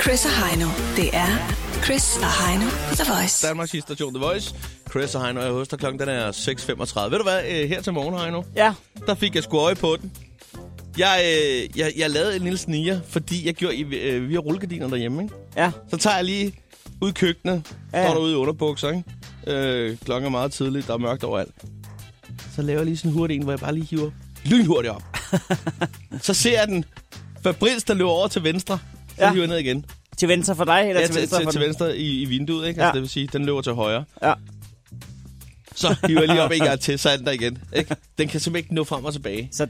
Chris og Heino. Det er Chris og Heino på The Voice. Danmarks station The Voice. Chris og Heino er hos dig. Klokken den er 6.35. Ved du hvad? Her til morgen, Heino, Ja. der fik jeg sgu øje på den. Jeg lavede en lille sniger, fordi jeg gjorde vi har rullegardiner derhjemme, ikke? Ja. Så tager jeg lige ud i køkkenet. Ja. Står derude i underbukser, ikke? Klokken er meget tidligt. Der er mørkt overalt. Så laver jeg lige sådan en hurtig en, hvor jeg bare lige hiver lynhurtigt op. Så ser jeg den Fabrils, der løber over til venstre. Så hiver jeg ned igen. Til venstre for dig, eller Ja, til venstre for til venstre i vinduet, ikke? Ja. Altså, det vil sige, den løber til højre. Ja. Så hiver jeg lige op en gang til, så er den der igen. Ikke? Den kan simpelthen ikke nå frem og tilbage. Så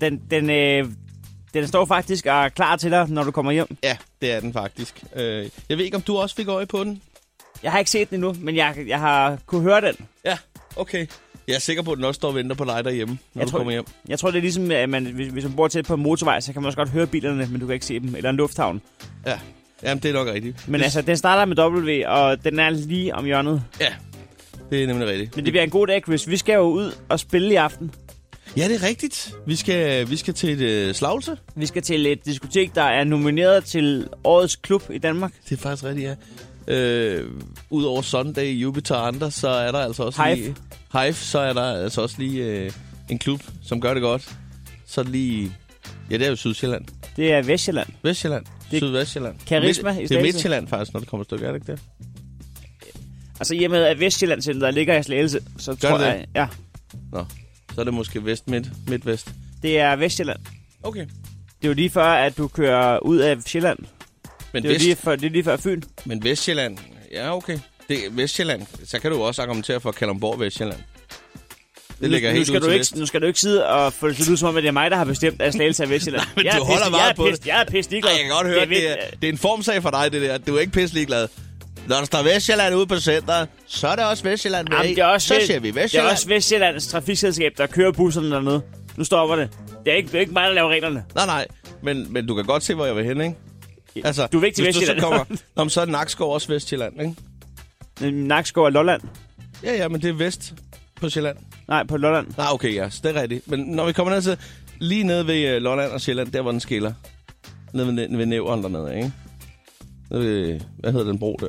den står faktisk og er klar til dig, når du kommer hjem. Ja, det er den faktisk. Jeg ved ikke, om du også fik øje på den? Jeg har ikke set den endnu, men jeg har kunne høre den. Ja, okay. Jeg er sikker på, at den også står og venter på dig derhjemme, når du kommer hjem. Jeg tror, det er ligesom, at hvis man bor tæt på en motorvej, så kan man også godt høre bilerne, men du kan ikke se dem. Eller en lufthavn. Ja, jamen det er nok rigtigt. Men altså, den starter med W, og den er lige om hjørnet. Ja, det er nemlig rigtigt. Men det bliver en god dag, Chris. Vi skal jo ud og spille i aften. Ja, det er rigtigt. Vi skal til et Slagelse. Vi skal til et diskotek, der er nomineret til årets klub i Danmark. Det er faktisk rigtigt, ja. Udover Sunday, Jupiter og andre, så er der altså også Hive, så er der altså også lige en klub, som gør det godt. Så lige... Ja, det er jo Sydsjælland. Det er Vestjylland. Vestjylland. Sydvestjylland. Karisma i Det er Slagelse. Midtjylland faktisk, når det kommer et stykke, er det ikke det? Altså i og med, at Vestjylland-centret ligger i Slagelse, så Gør tror det? jeg... Ja, Nå, så er det måske midt-vest. det er Vestjylland. Okay. Det er jo lige før, at du kører ud af Sjælland. Men, Det er lige før Fyn. men Vestjylland, ja okay. Det er Vestjylland, så kan du også argumentere for Kalundborg Vestjylland. Det ligger helt ud til vest. Nu skal du ikke sidde og få det ud som om, at det er mig, der har bestemt, at Slagelse er Vestjylland. Men du holder meget på det. Jeg er pisse ligeglad. Ej, jeg kan godt høre, det er en formsag for dig, det der. Du er ikke pisse ligeglad. Når der står Vestjylland ude på centret, så er det også Vestjylland med. Jamen, det er også, så siger vi Vestjylland. Det er også Vestjyllands trafikselskab, der kører busserne dernede. Nu stopper det. Det er ikke mig, der laver reglerne. Nej. Men du kan godt se, hvor jeg vil hen, ikke? Altså, Du er ikke til Vestjylland. Så er Nakskov også Vestjylland, ikke? Nakskov og Lolland. Ja, men det er vest på Sjælland. Nej, på Lolland. Nej, okay, ja, så det er rigtigt. Men når vi kommer ned til lige nede ved Lolland og Sjælland, der hvor den skiller. Nede ved Nævren dernede, ikke? Nede ved, hvad hedder den bro der?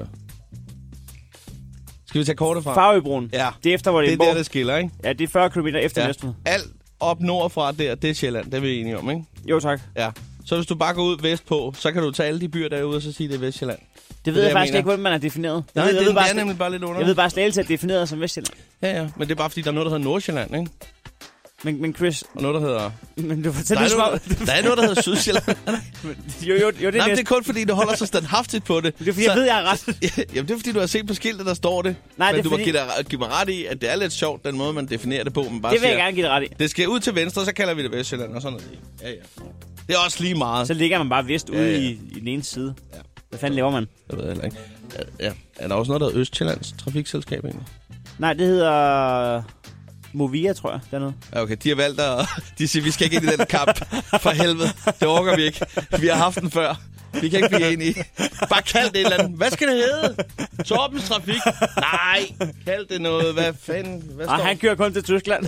Skal vi tage kortet fra? Farøbroen. Ja. Det er efter, hvor Det er bor. der, det skiller, ikke? Ja, det er 40 km efter Ja. Næstved. Alt op nordfra der, det er Sjælland. Det er vi enige om, ikke? Jo, tak. Ja. Så hvis du bare går ud vestpå, så kan du tage alle de byer derude og så sige, det er Vestjylland. Det ved jeg faktisk mener. ikke, hvordan man er defineret. Nej, jeg ved det bare, er nemlig bare lidt under. jeg ved bare, at Slagelse er defineret som Vestjylland. Ja, men det er bare fordi, der er noget, der hedder Nordsjælland, ikke? Men Chris... Og noget, der hedder... Men du fortæller det som om... Der er noget, der hedder Sydsjælland. Jo, det er Nej, men det næsten. er kun fordi, du holder så standhaftigt på det. Det er fordi, jeg ved, jeg er ret. Jamen, det er fordi, du har set på skiltet, der står det. Nej, men det er du må fordi- give mig ret i, at det er lidt sjovt, den måde, man definerer det på. Man bare Det vil jeg siger, gerne give dig ret i. det skal ud til venstre, så kalder vi det Vestjylland og sådan noget. Ja. Det er også lige meget. Så ligger man bare vest ude i den ene side. Ja. Hvad fanden laver man? Jeg ved heller ikke. Ja. Er der også noget, der hedder Østjyllands Trafikselskab egentlig? Nej, det hedder... Movia, tror jeg, dernede. Ja, okay, de har valgt at... De siger, vi skal ikke ind i den kamp. For helvede. Det orker vi ikke. Vi har haft den før. Vi kan ikke blive enige. Bare kald det et eller andet. Hvad skal det hedde? Torbens Trafik? Nej, kald det noget. Hvad fanden? Hvad står? Og han kører kun til Tyskland.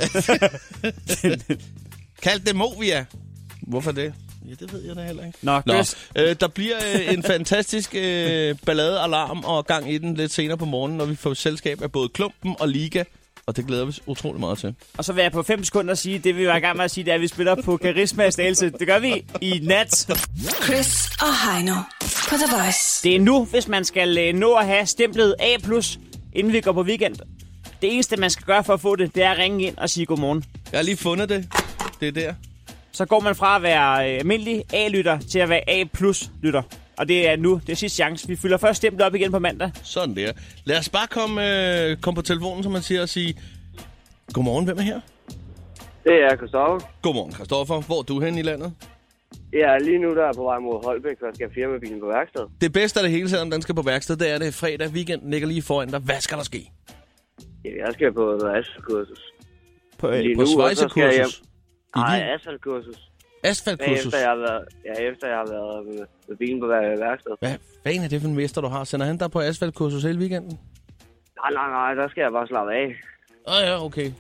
Kald det Movia. Hvorfor det? Ja, det ved jeg da heller ikke. Nå, Chris. Der bliver en fantastisk ballade, alarm og gang i den lidt senere på morgenen, når vi får selskab af både Klumpen og Liga. Og det glæder vi os utrolig meget til. Og så vil jeg på 5 sekunder sige, det vi var i gang med at sige, det er, at vi spiller på Karisma i Slagelse. Det gør vi i nat. Chris og Heino på The Voice. Det er nu, hvis man skal nå at have stemplet A+, inden vi går på weekend. Det eneste, man skal gøre for at få det, det er at ringe ind og sige godmorgen. Jeg har lige fundet det. Det er der. Så går man fra at være almindelig A-lytter til at være A+-lytter. Og det er nu, det er sidste chance. Vi fylder først stemplet op igen på mandag. Sådan der. Lad os bare komme på telefonen, som man siger, og sige godmorgen. Hvem er her? Det er Christoffer. Godmorgen, Christoffer. Hvor er du hen i landet? Ja, lige nu der er på vej mod Holbæk, så skal jeg firmabilen på værksted. Det bedste af det hele, selvom den skal på værksted, det er det fredag. Weekenden ligger lige foran dig. Hvad skal der ske? Ja, jeg skal på noget asfaltkursus. På På svejsekursus? Nej, asfaltkursus. Asfaltkursus? Efter jeg har været med bilen på værksted. Hvad fanden er det for en mester, du har? Sender han dig på asfaltkursus hele weekenden? Nej, der skal jeg bare slappe af. Ja, okay.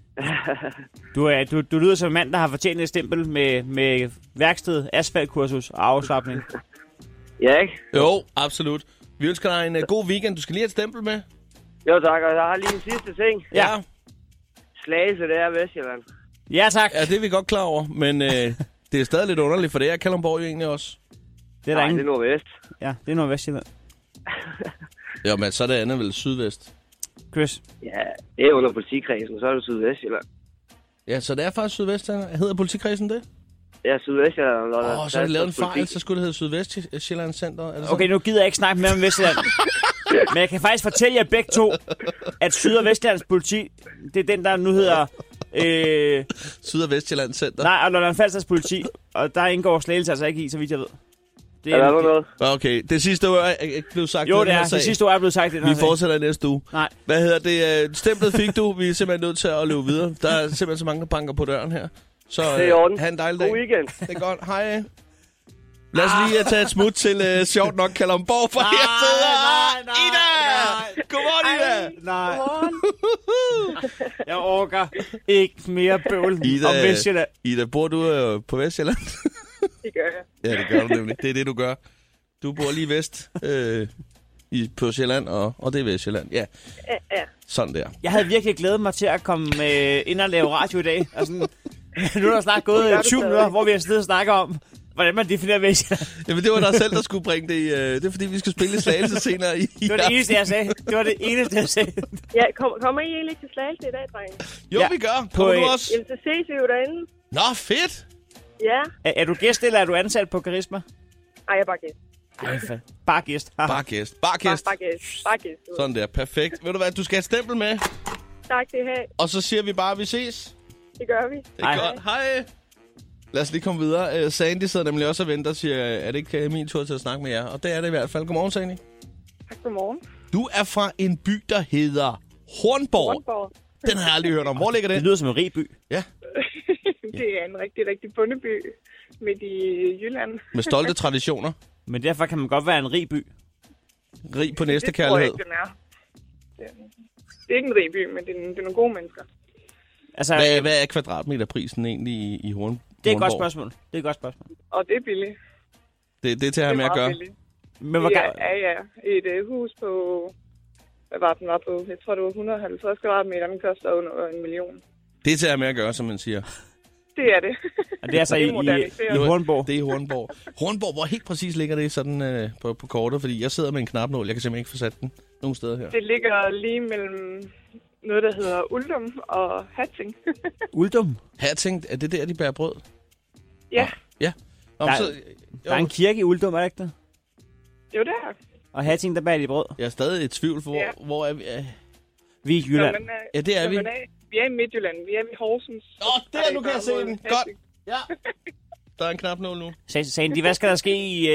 Du lyder som en mand, der har fortjent et stempel med værksted, asfaltkursus og afslapning. Ja, ikke? Jo, absolut. Vi ønsker dig en god weekend. Du skal lige have et stempel med. Jo, tak. Og jeg har lige en sidste ting. Ja. Slagelse, det er Vestjylland. Ja, tak. Ja, det er vi godt klar over, men det er stadig lidt underligt, for det er Kalundborg jo egentlig også. Det er der Nej, ingen. det er Nordvest. Ja, det er Nordvestjylland. Jo, men så er det andet vel sydvest. Chris. Ja, det er under politikredsen, så er det Sydvestjylland. Ja, så det er faktisk sydvest. Hedder politikredsen det? Ja, Sydvestjylland. Så har de lavet en fejl, så skulle det hedde Sydvestjylland Center. Er det sådan? Okay, nu gider jeg ikke snakke mere om Vestjylland. Men jeg kan faktisk fortælle jer begge to, at Syd- og Vestjyllands politi, det er den, der nu hedder... Syd- og Vestjylland Center. Nej, og Lolland-Falsters politi. Og der indgår Slagelse altså ikke i, så vidt jeg ved. Det Er der noget? Okay, det sidste ord er ikke blevet sagt. Jo, det er. Det sidste ord er blevet sagt i den her Vi sag. fortsætter i næste uge. Nej. Hvad hedder det? Stemplet fik du. Vi er simpelthen nødt til at løbe videre. Der er simpelthen så mange, der banker på døren her. Så Det er i orden. have en dejlig dag. God weekend. Det er godt. Hej. Lad os lige tage et smut til sjovt nok Kalundborg, for her sidder Ida! Godmorgen, Ida! Nej. Jeg orker ikke mere bøvl om Vestjylland. Ida, bor du på Vestjylland? Det gør jeg. Ja, det gør du nemlig. Det er det, du gør. Du bor lige vest på Sjælland, og det er Vestjylland. Ja, Ja. sådan der. Jeg havde virkelig glædet mig til at komme ind og lave radio i dag. Og sådan, nu er der snart gået 20 minutter, hvor vi har siddet og snakket om, hvordan man definerer Vestjylland. Jamen, det var dig selv, der skulle bringe det i... det er fordi, vi skal spille Slagelse senere i... Det var det eneste, jeg sagde. Det var det eneste, jeg sagde. Ja, kommer I egentlig til Slagelse i dag, drenge? Jo, Ja. vi gør. På Kommer du også? Jamen, så ses vi jo derinde. Nå, fedt! Ja. Er du gæst, eller er du ansat på Karisma? Ej, jeg er bare gæst. Ej, bare gæst. Bare gæst. Bare gæst. Bare gæst. Bare gæst. Sådan der. Perfekt. Ved du hvad, du skal have et stempel med, Tak, det her. og så siger vi bare, at vi ses. Det gør vi. Det er Hej. godt. Hej. Lad os lige komme videre. Sandy sidder nemlig også og venter og siger, er det ikke min tur til at snakke med jer? Og det er det i hvert fald. Godmorgen, Sandy. Tak, godmorgen. Du er fra en by, der hedder Hornborg. Hornborg. Den har jeg aldrig hørt om. Hvor ligger Det det? lyder som en rig by. Ja, Det er en rigtig, rigtig bondeby midt i Jylland. med stolte traditioner. Men derfor kan man godt være en rig by. Rig på Det tror jeg næstekærlighed. ikke, den er. Det er ikke en rig by, men det er nogle gode mennesker. Altså, Hvad er kvadratmeterprisen egentlig i Hornborg? det er et godt spørgsmål. Det er et godt spørgsmål. Og det er billigt. Det er til at have Det med er at gøre. meget billigt. Men hvor Ja. Et hus på... Hvad var den var på? Jeg tror, det var 150 kvadratmeter. Den koster under 1 million. Det er til at have med at gøre, som man siger. Det er det. Og det er altså Det er i moderniseret. Hornborg. Det er i Hornborg. Hornborg, hvor helt præcis ligger det sådan på kortet? Fordi jeg sidder med en knapnål. Jeg kan simpelthen ikke få sat den nogen steder her. Det ligger lige mellem noget, der hedder Uldum og Hatting. Uldum. Hatting, er det der, de bærer brød? Ja, Ja. Nå, Der er- så, Der er en kirke i Uldum, er det ikke det? jo det er. Og Hatting, der bærer de brød. jeg er stadig i tvivl for, Ja. hvor er vi? Vi er i Jylland. Ja, det er vi. Vi er i Midtjylland. Vi er i Horsens. Der, nu kan jeg se den. Godt. Ja. Der er en knapnål nu. Sagen de, hvad skal der ske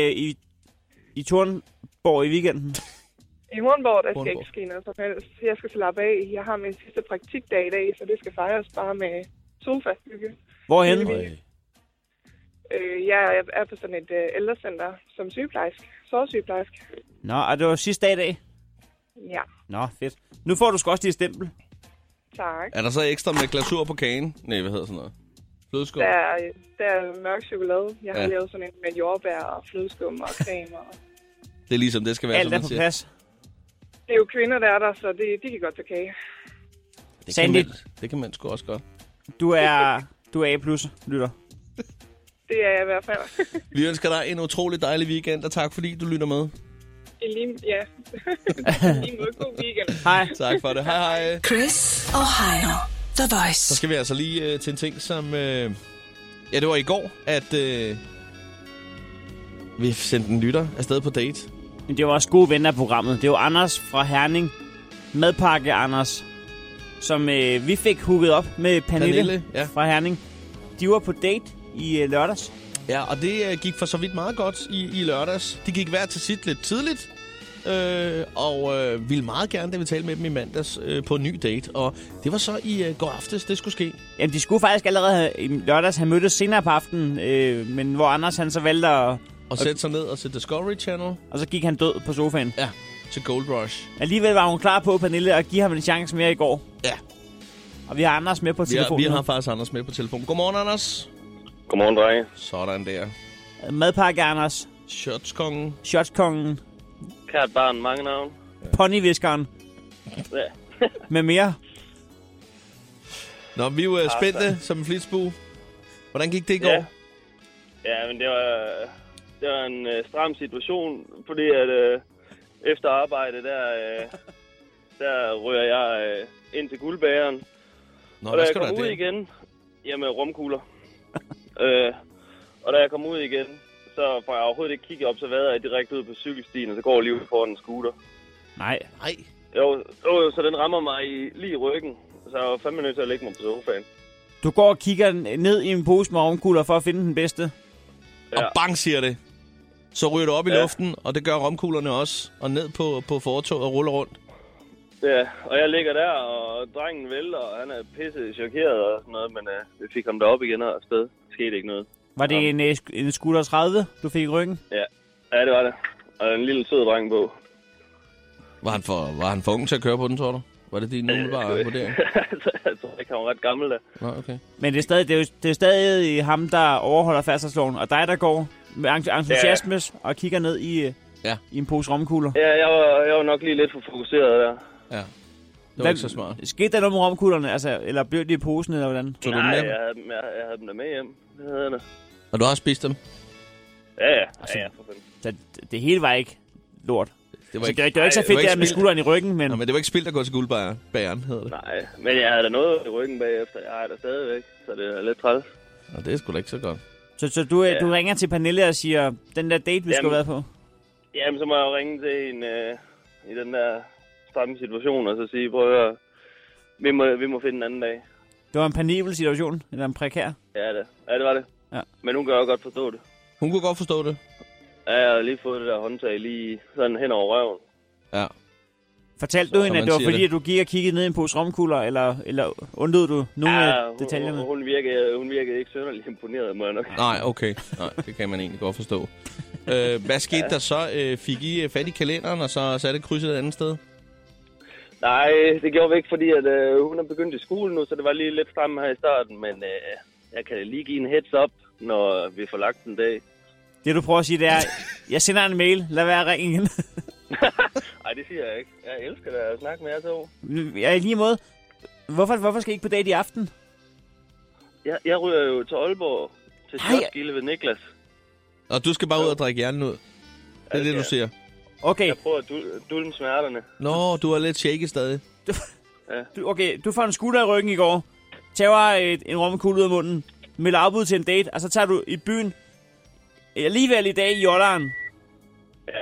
i Tornborg i weekenden? I Hornborg, der skal Hornborg. ikke ske noget som helst. Jeg skal slappe af. Jeg har min sidste praktikdag i dag, så det skal fejres bare med solfastbygge. Hvorhen? Jeg er på sådan et ældrecenter som sygeplejerske. Sårsygeplejerske. Nå, og det var sidste dag i dag? Ja, Nå, fedt. Nu får du sgu også dit stempel. tak. Er der så ekstra med glasur på kagen? Nej, hvad hedder sådan noget? Flødeskum? Der er mørk chokolade. Jeg har Ja. lavet sådan en med jordbær og flødeskum og creme. Og... Det er ligesom, det skal være, Alt som er man på siger. plads. Det er jo kvinder, der er der, så de kan godt tage kage. Det kan, Sandy. det kan man sgu også godt. Du er A+, lytter. Det er jeg i hvert fald. Vi ønsker dig en utrolig dejlig weekend, og tak fordi du lytter med. I lige måde god weekend. Hej. Tak for det. Hej hej. Chris og Heino. The Så Voice. skal vi altså lige til en ting, som... ja, det var i går, at vi sendte en lytter afsted på date. Men det var også gode venner af programmet. Det var Anders fra Herning. Madpakke Anders. Som vi fik hooket op med Pernille ja. fra Herning. De var på date i lørdags. Ja, og det gik for så vidt meget godt i lørdags. De gik hver til sit lidt tidligt, og ville meget gerne, da vi talte med dem i mandags, på en ny date. Og det var så i går aftes, det skulle ske. Jamen, de skulle faktisk allerede i lørdags have mødtes senere på aftenen. Men hvor Anders han så valgte at... Og sætte sig ned og se Discovery Channel. Og så gik han død på sofaen. Ja, til Gold Rush. Alligevel var hun klar på, Pernille, at give ham en chance mere i går. Ja, Og vi har Anders med på telefonen. vi har faktisk Anders med på telefonen. Godmorgen, Anders. Godmorgen, drenge. Sådan der. Madpakke Anders. Shotskongen. Shotskongen. Kært barn, mange navn. Ponyviskeren. Ja. Med mere. Nå, vi er jo spændte som en flitsbue. Hvordan gik det i går? Ja, men det var en stram situation, fordi at efter arbejde, der ryger jeg ind til guldbageren. Nå, og da jeg kom ud igen, med rumkugler. Og da jeg kom ud igen, så får jeg overhovedet ikke kigget op, så vader jeg direkte ud på cykelstien, og så går jeg lige ud foran en scooter. Nej. Jo, så den rammer mig lige i ryggen, så jeg var 5 minutter til at lægge mig på sofaen. Du går og kigger ned i en pose med romkugler for at finde den bedste. Ja. Og bang, siger det. Så ryger du op i luften, og det gør romkuglerne også, og ned på fortovet og ruller rundt. Ja, og jeg ligger der, og drengen vælter, og han er pisse chokeret og sådan noget, men vi fik ham derop igen og afsted. Der skete ikke noget. Var det en scooter 30, du fik i ryggen? Ja, det var det. Og en lille sød dreng på. Var han for ung til at køre på den, tror du? Var det din umiddelbare vurdering? Jeg tror ikke, han var ret gammel da. Nå, okay. Men det er stadig ham, der overholder færdselsloven, og dig, der går med entusiasme og kigger ned i en pose romkugler. Ja, jeg var nok lige lidt for fokuseret der. Ja, det var ikke så smart. Skete der noget med romkuglerne, altså, eller blev de i posen, eller hvordan? Nej, jeg havde dem der med hjem. Det havde jeg da. Og du har spist dem? Ja, for fanden. Så det hele var ikke lort. Det var ikke så fedt der med skulderen i ryggen, men... Nå, men det var ikke spildt at gå til guldbageren, hedder det. Nej, men jeg havde da noget i ryggen bagefter. Jeg har da stadigvæk, så det er lidt træls. Nå, det er sgu da ikke så godt. Så du ringer til Pernille og siger, den der date, vi skulle have været på? Jamen, så må jeg jo ringe til en i den der stramme situation, og så sige, prøv at høre, vi må finde en anden dag. Det var en penibel situation, eller en prekær? Ja, det var det. Ja. Men hun kan jo godt forstå det. Hun kunne godt forstå det? Ja, jeg har lige fået det der håndtag lige sådan hen over røven. Ja. Fortalte du hende, at det var fordi, at du gik og kiggede ned i en pose romkugler, eller undlod du nogle af detaljerne? Hun virkede ikke synderligt imponeret, må jeg nok. Nej, okay. Nej, det kan man egentlig godt forstå. Hvad skete der så? Fik I fat i kalenderen, og så satte krydset et andet sted? Nej, det gjorde vi ikke, fordi at, hun er begyndt i skole nu, så det var lige lidt fremme her i starten. Men jeg kan lige give en heads up, når vi får lagt en dag. Det du prøver at sige, det er, jeg sender en mail, lad være at ringe igen. Nej, det siger jeg ikke. Jeg elsker da at snakke med jer to. Ja, i lige måde. Hvorfor skal I ikke på date i aften? Jeg ryger jo til Aalborg, til Slotskilde ved Niklas. Og du skal bare ud og drikke hjernen ud? Det er det, du siger? Okay. Jeg prøver at dulme smerterne. Nå, du er lidt shaky stadig. Okay, du får en scooter i ryggen i går, tager en romkugle ud af munden, melder afbud til en date, og så tager du i byen alligevel i dag i Jolleren. Ja.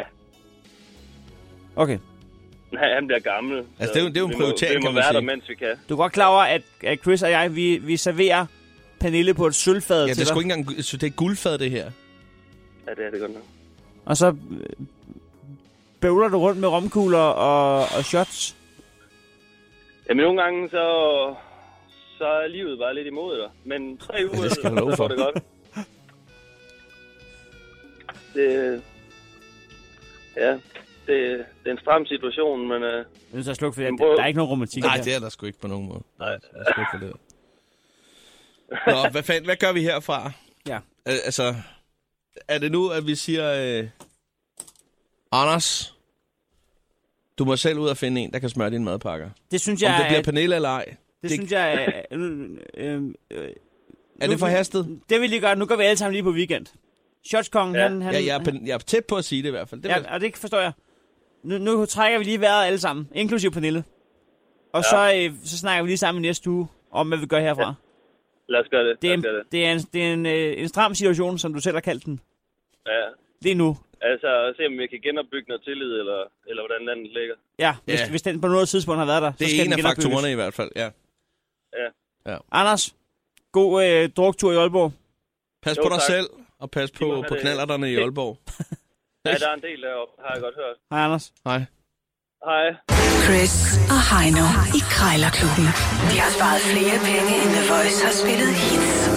Okay. Nej, han bliver gammel. Altså, det er jo en prioritering, kan man sige. Vi må være der, mens vi kan. Du er godt klar over, at Chris og jeg, vi serverer Pernille på et sølvfad til dig. Ja, det er sgu ikke engang... Det er guldfad, det her. Ja, det er det godt nok. Og så bøvler du rundt med romkugler og shots. Jamen, nogle gange så er livet bare lidt imod dig. Men 3 uger, det skal så får det godt. Det er en stram situation, men... Jeg er så slukke for det. Der er ikke nogen romantik. Nej, det er der sgu ikke på nogen måde. Nej, det er sgu ikke for det. Nå, hvad gør vi herfra? Ja. Altså, er det nu, at vi siger... Anders, du må selv ud og finde en, der kan smøre dine madpakker. Det synes jeg... Om det bliver Pernille eller ej. Det synes jeg... Er det forhastet? Det vil lige gøre. Nu går vi alle sammen lige på weekend. Shotskongen, han... Ja, jeg er tæt på at sige det i hvert fald. Og det forstår jeg. Nu trækker vi lige vejret alle sammen, inklusive Pernille. Og så snakker vi lige sammen næste uge om, hvad vi gør herfra. Ja. Lad os gøre det. Det er en stram situation, som du selv har kaldt den. Ja. Lige nu. Altså, se om vi kan genopbygge noget tillid, eller hvordan landet ligger. Ja, hvis den på noget tidspunkt har været der, så skal den genopbygges. Det er en af faktorerne i hvert fald, ja. Anders, god druktur i Aalborg. Pas på dig selv, og pas på knallerterne i Aalborg. Ja, der er en del deroppe, har jeg godt hørt. Hej, Anders. Hej. Hej. Chris og Heino i Krejlerklubben. De har sparet flere penge, end The Voice har spillet hits. Det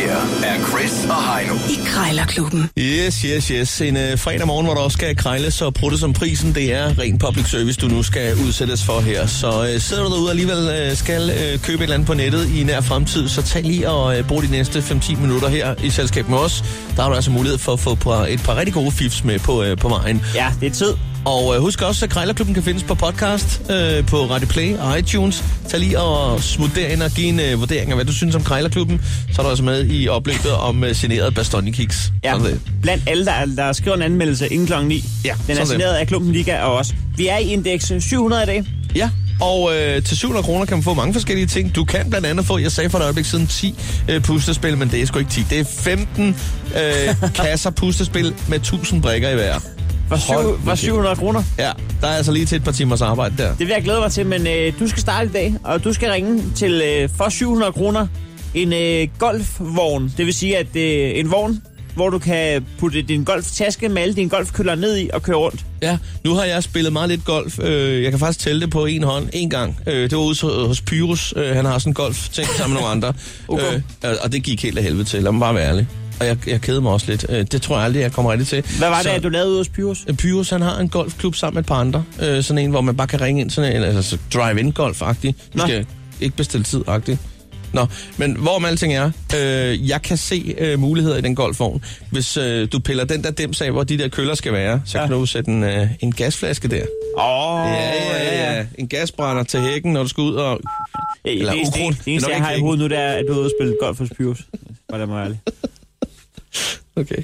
her er Chris og Heino. I Krejlerklubben. Yes. En fredag morgen, hvor der også skal krejles og prutte som prisen, det er ren public service, du nu skal udsættes for her. Så sidder du derude og alligevel skal købe et eller andet på nettet i nær fremtid, så tag lige og brug de næste 5-10 minutter her i selskab med os. Der har du altså mulighed for at få et par rigtig gode fifs med på vejen. Ja, det er tid. Og husk også, at Krejlerklubben kan findes på podcast, på Radio Play og iTunes. Tag lige og smut derind og giv en vurdering af, hvad du synes om Krejlerklubben. Så er du altså med i opløbet om generet Bastogne-kiks. Ja, blandt alle, der skriver en anmeldelse inden klokken 9. Ja, den er generet af Klubben Liga og os. Vi er i indeks 700 i dag. Ja, og til 700 kroner kan man få mange forskellige ting. Du kan blandt andet få, jeg sagde for et øjeblik siden, 10 puslespil, men det er sgu ikke 10. Det er 15 kasser puslespil med 1000 brikker i hver. For 700 kroner? Ja, der er altså lige til et par timers arbejde der. Det vil jeg glæde mig til, men du skal starte i dag, og du skal ringe til for 700 kroner en golfvogn. Det vil sige, at en vogn, hvor du kan putte din golftaske med alle dine golfkøller ned i og køre rundt. Ja, nu har jeg spillet meget lidt golf. Jeg kan faktisk tælle det på en hånd en gang. Det var ude hos Pyrus. Han har sådan en golfting sammen med nogle andre. Okay. Og det gik helt af helvede til. Lad mig bare være ærlig. Og jeg kædede mig også lidt. Det tror jeg aldrig, jeg kommer rigtig til. Hvad var det, at du lavede ude hos Pyrus? Pyrus, han har en golfklub sammen med et par andre. Sådan en, hvor man bare kan ringe ind. Sådan en, altså drive-in-golf-agtig. Du skal ikke bestille tid-agtig. Nå, men hvorom alting er, jeg kan se muligheder i den golfvogn. Hvis du piller den der dims af, hvor de der køller skal være, så kan du sætte en gasflaske der. Ja. En gasbrænder til hækken, når du skal ud og... Eller ukrudt. Det eneste, jeg har i hovedet nu, det er, at du er ude og spille golf hos Pyrus. Var det mig ærlig. Okay.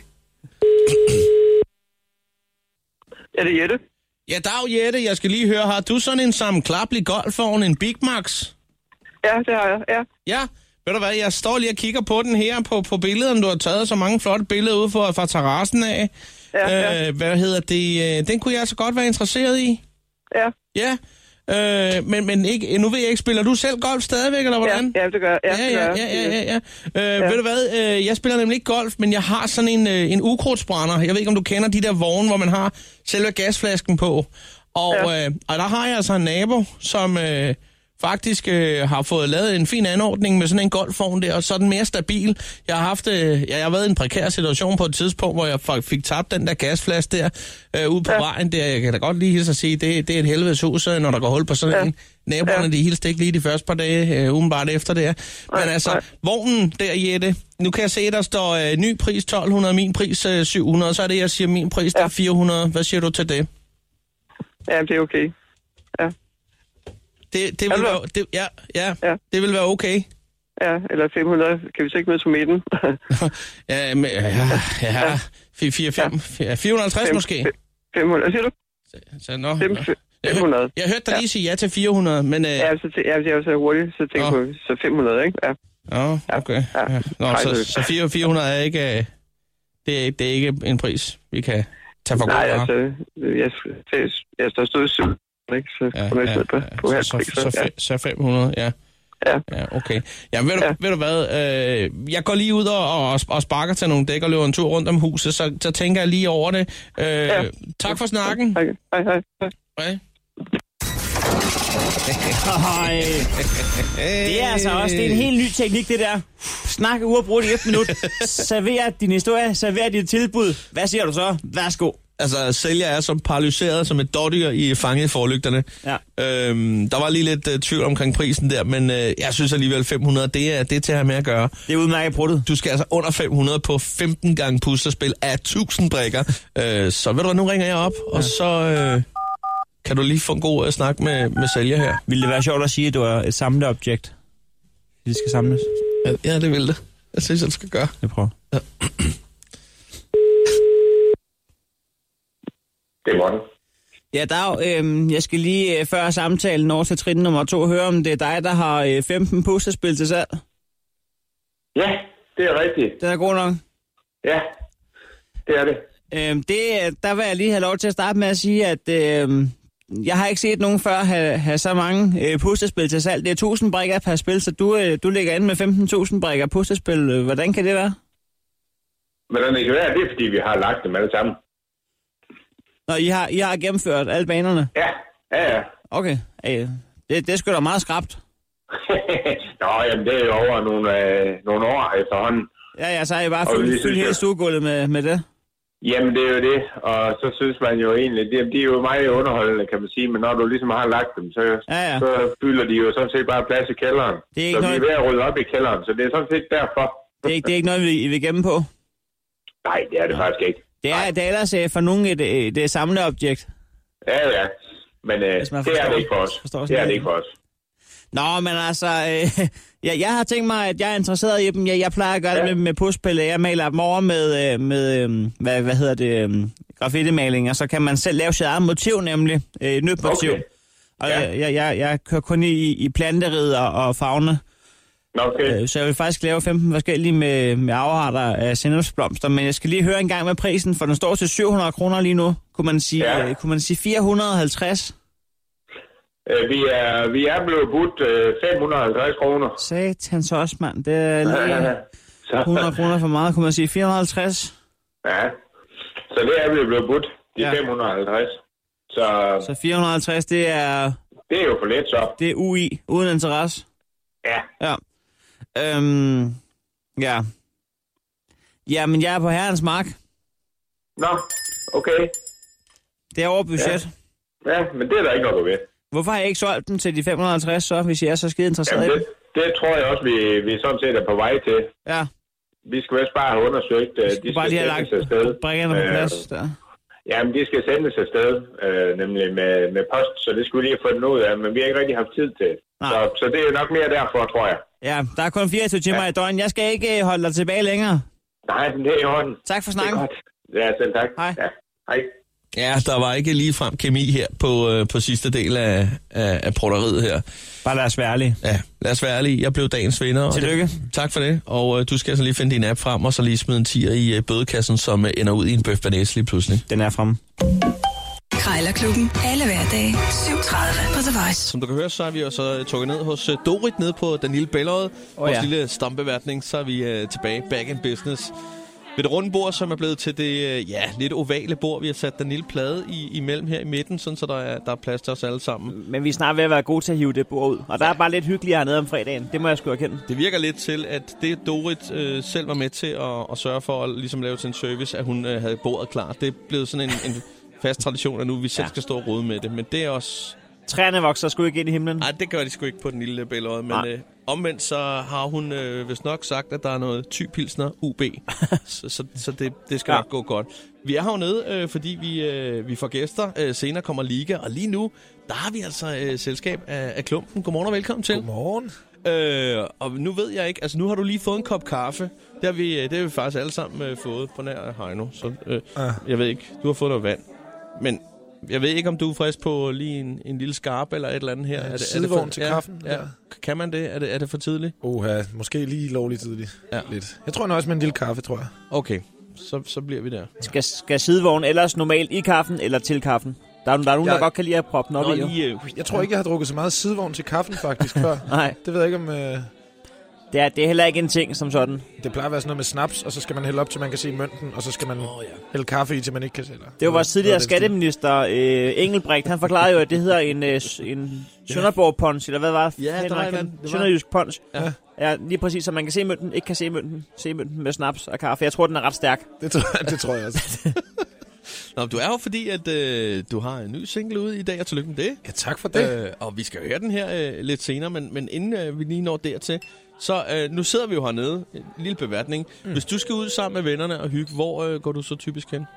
Er det Jette? Ja, dag Jette. Jeg skal lige høre, har du sådan en sammenklaplig golfvogn, en Big Max? Ja, det har jeg, ja. Ja, ved du hvad, jeg står lige og kigger på den her på billederne. Du har taget så mange flotte billeder ud fra terrassen af. Ja. Hvad hedder det? Den kunne jeg altså godt være interesseret i. Ja. Ja. Men ikke, nu ved jeg ikke, spiller du selv golf stadigvæk, eller hvordan? Ja, det gør jeg. Ja. Ved du hvad, jeg spiller nemlig ikke golf, men jeg har sådan en ukrudtsbrænder. Jeg ved ikke, om du kender de der vogne, hvor man har selve gasflasken på. Og der har jeg altså en nabo, som faktisk har fået lavet en fin anordning med sådan en golfvogn der, og så er den mere stabil. Jeg har været i en prekær situation på et tidspunkt, hvor jeg fik tabt den der gasflaske der ud på vejen der. Jeg kan da godt lige hilse at sige, det er et helvedes hus, når der går hul på sådan en. Naboerne, de hilste ikke lige de første par dage, umiddelbart efter det. Men altså, vognen der, Jette, nu kan jeg se, der står ny pris 1200, min pris 700, så er det, jeg siger, min pris der er 400. Hvad siger du til det? Ja, det er okay. Ja. Det vil være okay. Ja, eller 500. Kan vi så ikke mødes på midten? 450 måske. 500, siger du? Så, nå. 500. Jeg hørte dig lige sige ja til 400, men... Ja, jeg var så hurtigt, så tænkte på så 500, ikke? Ja. Nå, okay. Ja. Nå, så 400 er ikke... Det er ikke en pris, vi kan tage for godt. Nej, altså... Jeg står stået 7, ikke? Så 500, ja. Ja, okay. Jamen, ved du hvad? Jeg går lige ud og sparker til nogle dæk og løber en tur rundt om huset, så tænker jeg lige over det. Tak for snakken. Hej. Det er altså også det er en helt ny teknik, det der. Snak uafbrudt i 1 minut. Server din historie, server dit tilbud. Hvad siger du så? Værsgo. Altså, sælger er som paralyseret som et dårdyr i fanget i forlygterne. Ja. Der var lige lidt tvivl omkring prisen der, men jeg synes alligevel 500, det er til at have med at gøre. Det er udmærket bruttet. Du skal altså under 500 på 15 gange puslespil af 1000 brikker. Så ved du hvad, nu ringer jeg op, og så kan du lige få en god snak med sælger her. Vil det være sjovt at sige, at du er et samleobjekt? De skal samles. Ja, det vil det. Jeg synes, jeg skal gøre. Jeg prøver. Ja. Det er Morten. Ja, Dag, jeg skal lige før samtalen over til trin nummer 2 høre, om det er dig, der har 15 puslespil til salg. Ja, det er rigtigt. Den er god nok? Ja, det er det. Der vil jeg lige have lov til at starte med at sige, at jeg har ikke set nogen før have så mange puslespil til salg. Det er 1000 brikker per spil, så du ligger inde med 15.000 brikker puslespil. Hvordan kan det være? Hvordan det kan være, det er, fordi vi har lagt dem alle sammen. Nå, I har gennemført alle banerne? Ja. Okay. Det er sgu da meget skrapt. Nå, jamen det er jo over nogle år efterhånden. Ja, så har jeg bare Og vi fyldt synes hele jo- stuegulvet med det. Jamen, det er jo det, og så synes man jo egentlig, de er jo meget underholdende, kan man sige, men når du ligesom har lagt dem, Ja. så fylder de jo sådan set bare plads i kælderen. Det er ikke så vi er noget- ved at rydde op i kælderen, så det er sådan set derfor. Det er ikke noget, I vil gemme på. Nej, det er det faktisk ikke. Det er ellers for nogen et samleobjekt. Ja, men Hvis man det er forstår- det ikke for os. forstår Det sådan er det noget. ikke for os. Nå, men altså, jeg har tænkt mig, at jeg er interesseret i dem. Jeg plejer at gøre det med puspille. Jeg maler dem over med hvad hedder det, graffiti-maling, og så kan man selv lave sit eget motiv, nemlig et nyt motiv. Okay. Og jeg kører kun i planteriget og fagne. Okay. Så jeg vil faktisk lave 15 forskellige med afarter af sennepsblomster, men jeg skal lige høre en gang med prisen, for den står til 700 kroner lige nu. Kunne man sige 450? Vi er blevet budt 550 kroner. Satans også, mand. Det er lige Så, 100 kroner for meget. Kunne man sige 450? ja, så det er vi blevet budt. De Ja. 550. Så 450, det er Det er jo for lidt, så. Det er UI, uden interesse. Ja. Ja. Ja. Ja, men jeg er på herrens mark. Nå, okay. Det er over budget. Ja, men det er der ikke noget ved. Hvorfor har jeg ikke solgt den til de 550 så, hvis jeg er så skide interesseret i Jamen, det? det tror jeg også, vi sådan set er på vej til. Ja. Vi skal vist bare have undersøgt, de Bare skal lige have lagt sendes afsted. brikkerne på plads der. Jamen, de skal sendes afsted, nemlig med post, så det skulle vi lige have fundet ud af, men vi har ikke rigtig haft tid til. Så det er nok mere derfor, tror jeg. Ja, der er kun 24 timer i døgn. Jeg skal ikke holde dig tilbage længere. Nej, men det er i orden. Tak for Det er snakken. godt. Ja, selv tak. Hej. Ja, hej. Ja, der var ikke ligefrem kemi her på sidste del af broderiet her. Bare lad os være ærlige. Ja, lad os være ærlige. Jeg blev dagens vinder. og Tillykke. Tak for det. Og du skal altså lige finde din app frem, og så lige smide en 10'er i bødekassen, som ender ud i en bøf banæs lige pludselig. Den er fremme. Krejlerklubben. Alle hverdage. 7:30 på The Voice. Som du kan høre, så er vi jo så trukket ned hos Dorit nede på den lille Bællerød. Vores lille stampeværtning, så er vi tilbage back in business. Ved det runde bord, som er blevet til det lidt ovale bord. Vi har sat den lille plade imellem her i midten, sådan, så der er plads til os alle sammen. Men vi er snart ved at være gode til at hive det bord ud. Og der er bare lidt hyggeligt hernede om fredagen. Det må jeg sgu erkende. Det virker lidt til, at det Dorit selv var med til at sørge for at ligesom lave til en service, at hun havde bordet klar. Det er blevet sådan en fast tradition, at nu vi selv skal stå og rode med det. Men det er også... Træerne vokser sgu ikke ind i himlen. Nej, det gør de sgu ikke på den lille Bællerød. Men omvendt så har hun vist nok sagt, at der er noget Thy-Pilsner UB. så det skal nok gå godt. Vi er hernede, fordi vi får gæster. Senere kommer Liga, og lige nu, der har vi altså selskab af Klumpen. Godmorgen og velkommen til. Godmorgen. Og nu ved jeg ikke, altså nu har du lige fået en kop kaffe. Det har vi faktisk alle sammen fået på nær Heino. Så jeg ved ikke, du har fået noget vand. Men jeg ved ikke, om du er frisk på lige en lille skarp eller et eller andet her. Ja, er det sidevogn til kaffen. Ja. Kan man det? Er det for tidligt? Måske lige lovligt tidligt. Ja. Lidt. Jeg tror også med en lille kaffe, tror jeg. Okay, så bliver vi der. Skal sidevogn ellers normalt i kaffen eller til kaffen? Der er nogen, der godt kan lide at proppe den op i. Jeg tror ikke, jeg har drukket så meget sidevogn til kaffen faktisk før. Nej. Det ved jeg ikke om... Det er heller ikke en ting som sådan. Det plejer at være sådan noget med snaps, og så skal man hælde op, til man kan se mønten, og så skal man hælde kaffe i, til man ikke kan se. Det var vores tidligere skatteminister, Engelbrecht. Han forklarede jo, at det hedder en Sønderborg punch, eller hvad var det? Ja, der var Sønderjysk punch. Ja. Ja, lige præcis, så man kan se mønten, ikke kan se mønten. Se mønten med snaps og kaffe. Jeg tror, den er ret stærk. Det tror jeg også. Nå, du er jo fordi, at du har en ny single ude i dag, og tillykke med det. Ja, tak for det. Og vi skal høre den her lidt senere, men inden vi lige når dertil, så nu sidder vi jo hernede, en lille beværtning. Hvis du skal ud sammen med vennerne og hygge, hvor går du så typisk hen?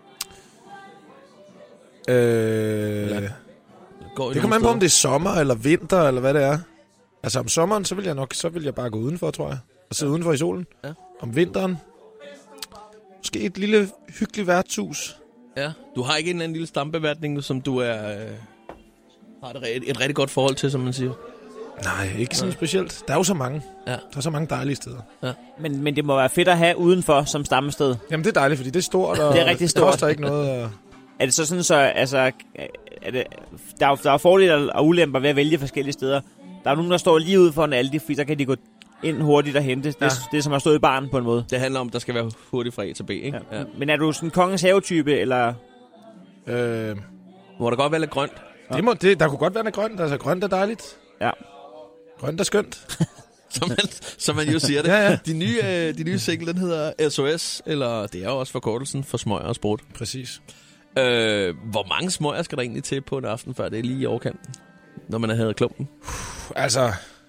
Det kommer an på, om det er sommer eller vinter, eller hvad det er. Altså om sommeren, så vil jeg bare gå udenfor, tror jeg. Og sidde udenfor i solen. Ja. Om vinteren, måske et lille hyggeligt værtshus. Ja, du har ikke en eller anden lille stambeværtning, som du har et rigtig godt forhold til, som man siger? Nej, ikke sådan specielt. Der er jo så mange. Ja. Der er så mange dejlige steder. Ja. Men det må være fedt at have udenfor som stammested. Jamen det er dejligt, fordi det er stort, og det er rigtig stort. Det koster ikke noget. Og... Er det så sådan, så altså, der er fordele og ulemper ved at vælge forskellige steder. Der er nogen, der står lige ude for en Aldi, fordi så kan de gå ind hurtigt og hente. Det er som at stå i baren på en måde. Det handler om, at der skal være hurtigt fra A til B, ikke? Ja. Ja. Men er du sådan en kongens have-type, eller? Må der godt være lidt grønt? Der kunne godt være noget grønt. Altså grønt er dejligt. Ja. Grønt er skønt. som man jo siger det. Ja. De nye single, den hedder SOS, eller det er jo også forkortelsen for smøger og sprut. Præcis. Hvor mange smøger skal der egentlig til på en aften, før det er lige i overkanten, når man har haft klumpen? Altså,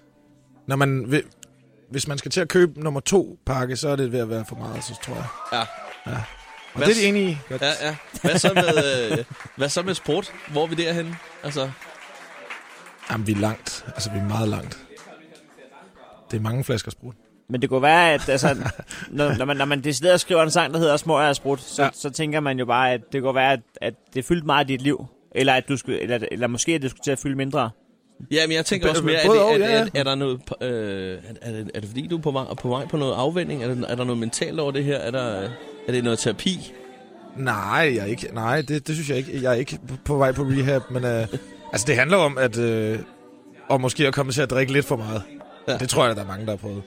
hvis man skal til at købe nummer 2 pakke, så er det ved at være for meget, så tror jeg. Ja. Og det er de enige. Ja. Hvad så med sprut? Hvor er vi derhenne? Altså... Jamen, vi er langt. Altså, vi er meget langt. Det er mange flasker sprut. Men det kunne være, at altså, når man decideret skriver en sang, der hedder Smøger og sprut, så tænker man jo bare, at det kunne være, at det fyldte meget af dit liv. Eller, at du skulle, eller måske, at det skulle til at fylde mindre. Ja, men jeg tænker også mere, er der noget... er det fordi, du er på vej på noget afvænning? Er der noget mentalt over det her? Er det noget terapi? Nej, jeg er ikke. Nej, det synes jeg ikke. Jeg er ikke på vej på rehab, men altså det handler om at måske at komme til at drikke lidt for meget. Ja. Det tror jeg, der er mange, der har prøvet.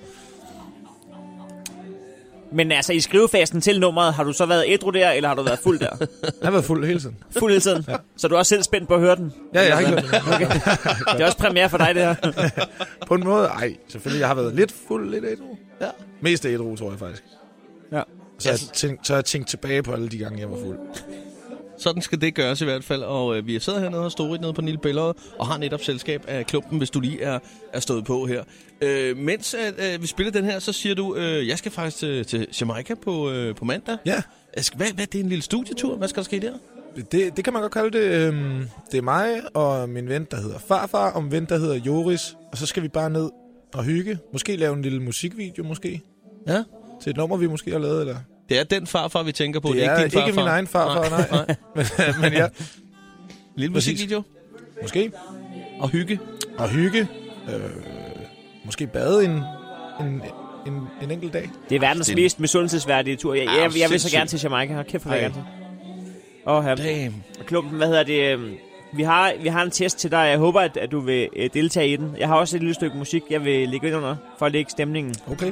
Men altså i skrivefasen til nummeret, har du så været ædru der, eller har du været fuld der? Jeg har været fuld hele tiden. Fuld hele tiden? Ja. Så du er også selv spændt på at høre den? Ja, jeg har ikke hørt den. Okay. Det er også premiere for dig, det her. På en måde, selvfølgelig. Jeg har været lidt fuld, lidt ædru. Ja. Mest ædru, tror jeg faktisk. Ja. Så har jeg tænkt tilbage på alle de gange, jeg var fuld. Sådan skal det gøres i hvert fald, og vi sidder hernede og Storit nede på Lille Billede, og har netop selskab af klumpen, hvis du lige er stået på her. Mens vi spiller den her, så siger du, jeg skal faktisk til Jamaica på mandag. Ja. Hvad er det, en lille studietur? Hvad skal der ske der? Det kan man godt kalde det. Det er mig og min ven, der hedder Farfar, og min ven, der hedder Joris, og så skal vi bare ned og hygge. Måske lave en lille musikvideo, måske. Ja. Til et nummer, vi måske har lavet, eller... Det er den farfar, vi tænker på. Det er ikke din farfar. Ikke min egen farfar, nej. men ja. Lille musikvideo? Måske. Og hygge? Og hygge. Måske bade en enkelt dag. Det er verdens mest misundelsesværdige tur. Jeg vil så gerne til Jamaica. Hold kæft, for jeg gerne til. Klumpen, hvad hedder det? Vi har en test til dig. Jeg håber, at du vil deltage i den. Jeg har også et lille stykke musik, jeg vil lægge ind under, for at lægge stemningen. Okay.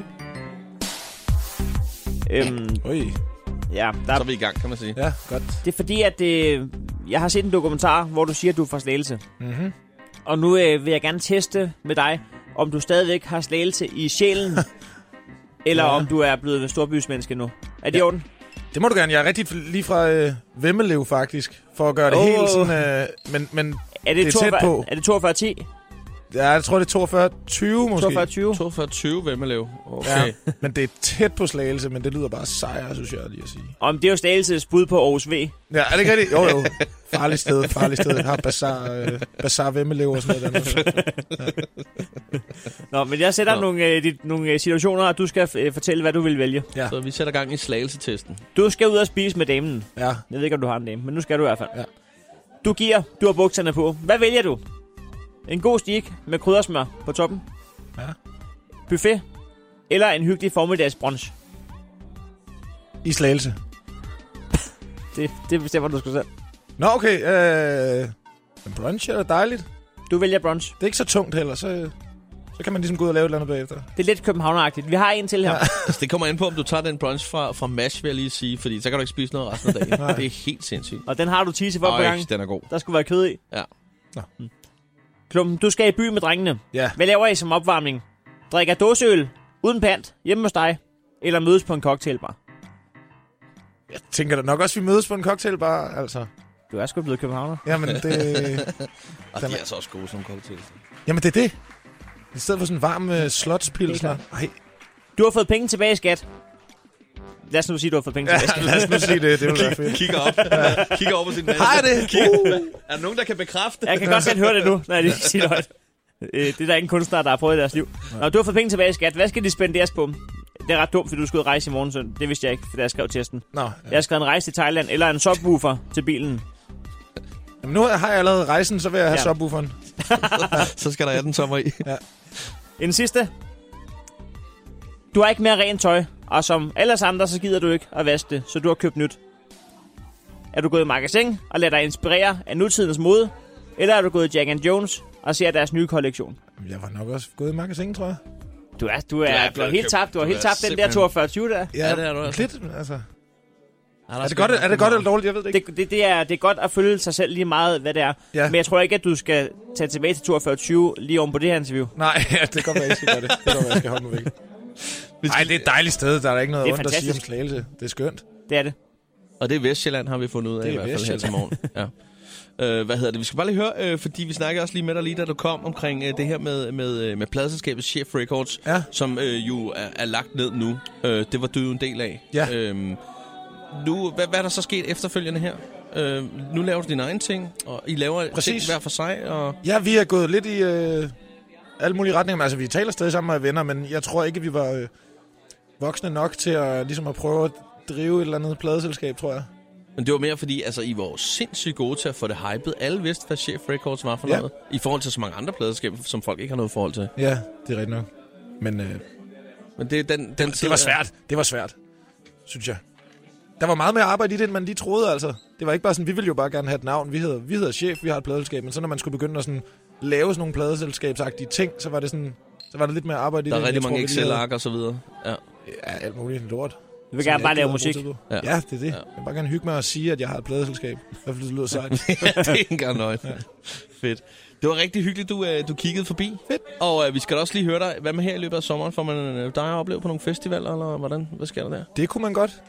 Ja, så er vi i gang, kan man sige. Ja, godt. Det er fordi, at jeg har set en dokumentar, hvor du siger, at du er fra Slagelse. Mm-hmm. Og nu vil jeg gerne teste med dig, om du stadigvæk har Slagelse i sjælen, eller om du er blevet storbysmenneske nu. Er det i orden? Det må du gerne. Jeg er rigtig lige fra Vemmelev, faktisk, for at gøre det helt sådan... men er det tæt på. Er det 42-10? Ja, jeg tror, det er 42-20 måske. 42-20 Vemmelev. Okay. Ja, men det er tæt på Slagelse, men det lyder bare sejr, synes jeg lige at sige. Om det er jo Slagelses bud på Aarhus V. Ja, er det ikke rigtigt? Jo. Farligt sted. Jeg har Bazaar Vemmelev og sådan noget der. Ja. Nå, men jeg sætter nogle situationer, og du skal fortælle, hvad du vil vælge. Ja. Så vi sætter gang i Slagelse-testen. Du skal ud og spise med damen. Ja. Jeg ved ikke, om du har en dame, men nu skal du i hvert fald. Ja. Du har bukserne på. Hvad vælger du? En god stik med kryddersmør på toppen. Ja. Buffet. Eller en hyggelig formiddagsbrunch. I Slagelse. det bestemmer du sgu selv. Nå, okay. En brunch er dejligt. Du vælger brunch. Det er ikke så tungt heller, så kan man ligesom gå ud og lave et eller andet bagefter. Det er lidt københavneragtigt. Vi har en til her. Ja. Altså, det kommer an på, om du tager den brunch fra MASH, vil jeg lige sige, fordi så kan du ikke spise noget resten af dagen. Det er helt sindssygt. Og den har du tise for på gang. Den er god. Der skulle være kød i. Ja. Nå. Klumpen, du skal i by med drengene. Ja. Hvad laver I som opvarmning? Drikker dåseøl uden pant hjemme hos dig? Eller mødes på en cocktailbar? Jeg tænker da nok også, vi mødes på en cocktailbar, altså. Du er sgu blevet københavner. Jamen, det... Og de er så også gode som cocktails. Jamen, det er det. I stedet for sådan en varm slotspilsner. Du har fået penge tilbage i skat. Lad os nu sige, du har fået penge tilbage. Lad os nu sige det. Det vil være fedt. Kigger op på sin næste. Har det? Er der nogen, der kan bekræfte? Jeg kan godt selv høre det nu, når jeg lige siger det højt. Det er der ingen kunstnere, der har prøvet i deres liv. Nå, du har fået penge tilbage i skat. Hvad skal de spenderes på? Det er ret dumt, fordi du skulle rejse i morgen, så det vidste jeg ikke, for jeg skrev testen. Nå, ja. Jeg har skrevet en rejse til Thailand, eller en subwoofer til bilen. Jamen, nu har jeg allerede rejsen, så vil jeg have subwooferen. Så skal der 18 sommer i. Ja. En sidste. Du har ikke mere rent tøj, og som ellers andre, så gider du ikke at vaske det, så du har købt nyt. Er du gået i magasin og lader dig inspirere af nutidens mode, eller er du gået i Jack & Jones og ser deres nye kollektion? Jeg var nok også gået i magasin, tror jeg. Du har helt tabt. Du har helt tabt den der 42-20 der. Ja, det er du også. Lidt, altså. Er det godt eller dårligt? Jeg ved det ikke. Det er godt at følge sig selv lige meget, hvad det er. Ja. Men jeg tror ikke, at du skal tage tilbage til 42-20 lige oven på det her interview. Nej, det kommer jeg ikke skal gøre det. Det kommer jeg skal holde mig væk. Nej, det er et dejligt sted. Der er ikke noget ondt at sige om Slagelse. Det er skønt. Det er det. Og det er Vestjylland, har vi fundet ud af i hvert fald her til morgen. Ja. Hvad hedder det? Vi skal bare lige høre, fordi vi snakkede også lige med dig lige, da du kom omkring det her med pladeselskabet Chef Records, som jo er lagt ned nu. Det var du jo en del af. Ja. Nu, hvad er der så sket efterfølgende her? Nu laver du dine egne ting, og I laver ting hver for sig. Og... Ja, vi er gået lidt i alle mulige retninger. Altså, vi taler stadig sammen med venner, men jeg tror ikke, at vi var voksne nok til at, ligesom at prøve at drive et eller andet pladeselskab, tror jeg. Men det var mere fordi, altså, I var sindssygt gode til at få det hypet. Alle vidste, hvad Chef Records var for noget. I forhold til så mange andre pladeselskaber, som folk ikke har noget forhold til. Ja, det er rigtigt nok. Men det er den det var svært. Det var svært, synes jeg. Der var meget mere arbejde i det, end man lige troede, altså. Det var ikke bare sådan, vi ville jo bare gerne have et navn. Vi hedder Chef, vi har et pladeselskab. Men så når man skulle begynde at sådan, lave sådan nogle pladeselskabsagtige ting, så var det lidt mere arbejde i det. Der er rigtig mange Excel-ark og så videre. Ja, alt muligt lort. Du vil gerne bare lave musik. Ja, det er det. Jeg vil bare gerne hygge mig og sige, at jeg har et pladeselskab. I hvert fald, det lyder sejt. Ja, det er ikke engang nøje. Ja. Fedt. Det var rigtig hyggeligt, du kiggede forbi. Fedt. Og vi skal også lige høre dig. Hvad med her i løbet af sommeren? Får man dig at opleve på nogle festivaler, eller hvordan? Hvad sker der der? Det kunne man godt.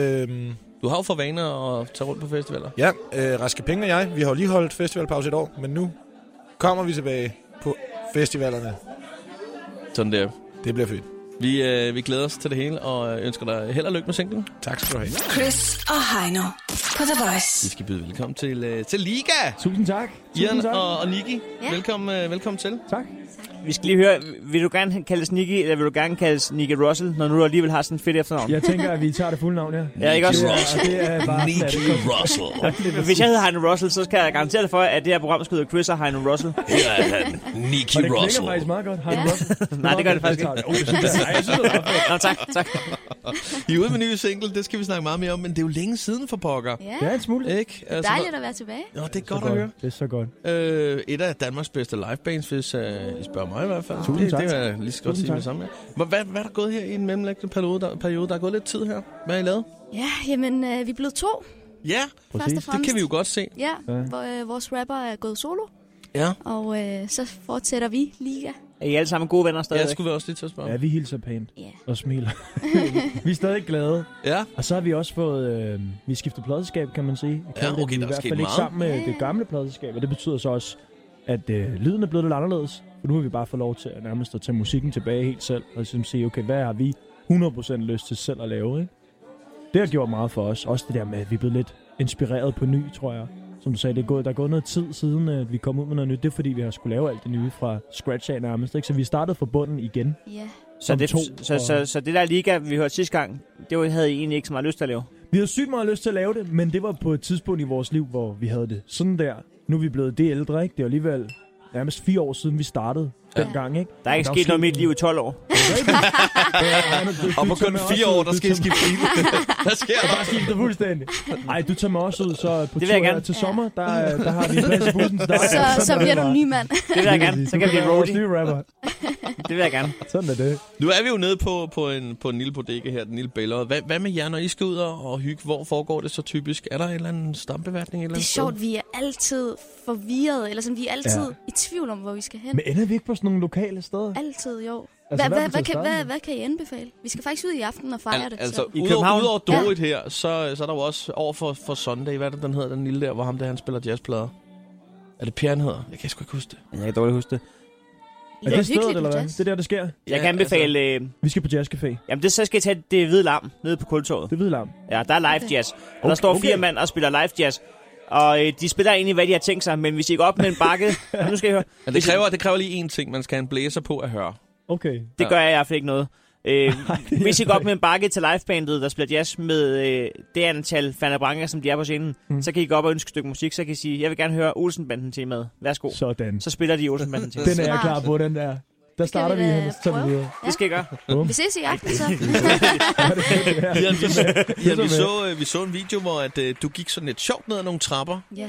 Du har jo for vaner at tage rundt på festivaler. Ja, Raske Penge og jeg. Vi har jo lige holdt festivalpause et år, men nu kommer vi tilbage på festivalerne. Sådan der. Det bliver fedt. Vi glæder os til det hele, og ønsker dig held og lykke med singlen. Tak skal du have. Chris og Heino på The Voice. Vi skal byde velkommen til Liga. Tusind tak. Ian og Nikki, velkommen til. Tak. Vi skal lige høre, vil du gerne kaldes Nikki, eller vil du gerne kaldes Nikki Russell, når du alligevel har sådan et fedt efternavn? Jeg tænker, at vi tager det fulde navn, ja. Ja, ikke også? Det er bare Nikki Russell. Hvis jeg hedder Heino Russell, så skal jeg garantere dig for, at det her program skal hedde Chris og Heino Russell. Her er han, Nikki Russell. Og det klinger faktisk meget godt, Heino Russell. Nej, det gør det faktisk ikke. Jeg synes, det er fedt. Nå, tak. I er ude med ny single, det skal vi snakke meget mere om, men det er jo længe siden for pokker. Ja, en smule. Ikke? Altså, dejligt at være tilbage. Nå, det er godt at høre. Det er så godt. Et af Danmarks bedste livebands, hvis I spørger mig i hvert fald. Tusind tak. Det er lige så godt sige det samme. Hvad er der gået her i en mellemlæggende periode? Der er gået lidt tid her. Hvad har I lavet? Ja, jamen, vi er blevet 2. Ja, præcis. Det kan vi jo godt se. Ja, vores rapper er gået solo. Ja. Og så fortsætter vi Liga. Er I alle sammen gode venner stadig? Ja, skulle vi også lige til at spørge. Ja, vi hilser pænt og smiler. Vi er stadig glade. Ja. Og så har vi også fået... vi skiftet pladselskab, kan man sige. Ja, okay, vi er i hvert fald ikke sammen med det gamle pladselskab, og det betyder så også, at lyden er blevet lidt anderledes. For nu har vi bare fået lov til at nærmest at tage musikken tilbage helt selv, og ligesom sige, okay, hvad har vi 100% lyst til selv at lave, ikke? Det har gjort meget for os. Også det der med, at vi er blevet lidt inspireret på ny, tror jeg. Som du sagde, der er gået noget tid siden, at vi kom ud med noget nyt. Det er fordi, vi har skulle lave alt det nye fra scratch af nærmest, ikke? Så vi startede fra bunden igen. Ja. Så det der Liga, vi hørte sidste gang, det havde I egentlig ikke så meget lyst til at lave? Vi havde sygt meget lyst til at lave det, men det var på et tidspunkt i vores liv, hvor vi havde det sådan der. Nu er vi blevet det ældre, ikke? Det er alligevel nærmest 4 år siden, vi startede dengang, ikke? Der er ikke sket noget i mit liv i 12 år. Og på kun 4 år, der skal I skifte bil. Hvad sker der? Der skifter fuldstændig. Ej, du tager mig også ud, så på det vil jeg gerne. Til sommer, der har vi en plads i bussen. Så bliver du en ny mand. Det vil jeg gerne. Så kan vi blive roadie. Det vil jeg gerne. Sådan er det. Nu er vi jo nede på en lille bodega her, den lille Bellod. Hvad med jer, når I skal ud og hygge? Hvor foregår det så typisk? Er der en eller anden stampeværtning? Det er sjovt, vi er altid forvirret, eller sådan, vi er altid i tvivl om, hvor vi skal hen. Men ender vi ikke på sådan nogle lokale steder? Altid, jo. Altså, hvad kan I anbefale? Vi skal faktisk ud i aften og fejre det. Altså, udover Dorit her, så er der jo også over for Sunday, hvad er det, den hedder, den lille der, hvor ham der, han spiller jazzplader. Er det Pierre, han hedder? Jeg kan sgu ikke huske det. Jeg kan dårligt huske det. Er det stedet, eller hvad? Det er der, det sker? Jeg kan anbefale... vi skal på jazzcafé. Jamen, så skal I tage det Hvide Lam nede på Kultorvet. Det Hvide Lam? Ja, der er live jazz. Og der står 4 mand og spiller live jazz. Og de spiller egentlig, hvad de har tænkt sig, men hvis I går op med en bakke... nu skal I høre. Ja, det kræver lige én ting, man skal have en blæser på at høre. Okay. Det gør jeg i hvert fald ikke noget. Hvis I går op med en bakke til livebandet, der spiller jazz med det antal Fanna Branca, som de er på scenen, så kan I gå op og ønske et stykke musik, så kan I sige, jeg vil gerne høre Olsenbanden til med. Værsgo. Sådan. Så spiller de Olsenbanden til. Den er jeg klar på, den der. Der starter vi hen, og så tager vi videre. Det skal I gøre. Vi ses i aften, så. Vi så en video, hvor du gik sådan lidt sjovt ned ad nogle trapper. Ja.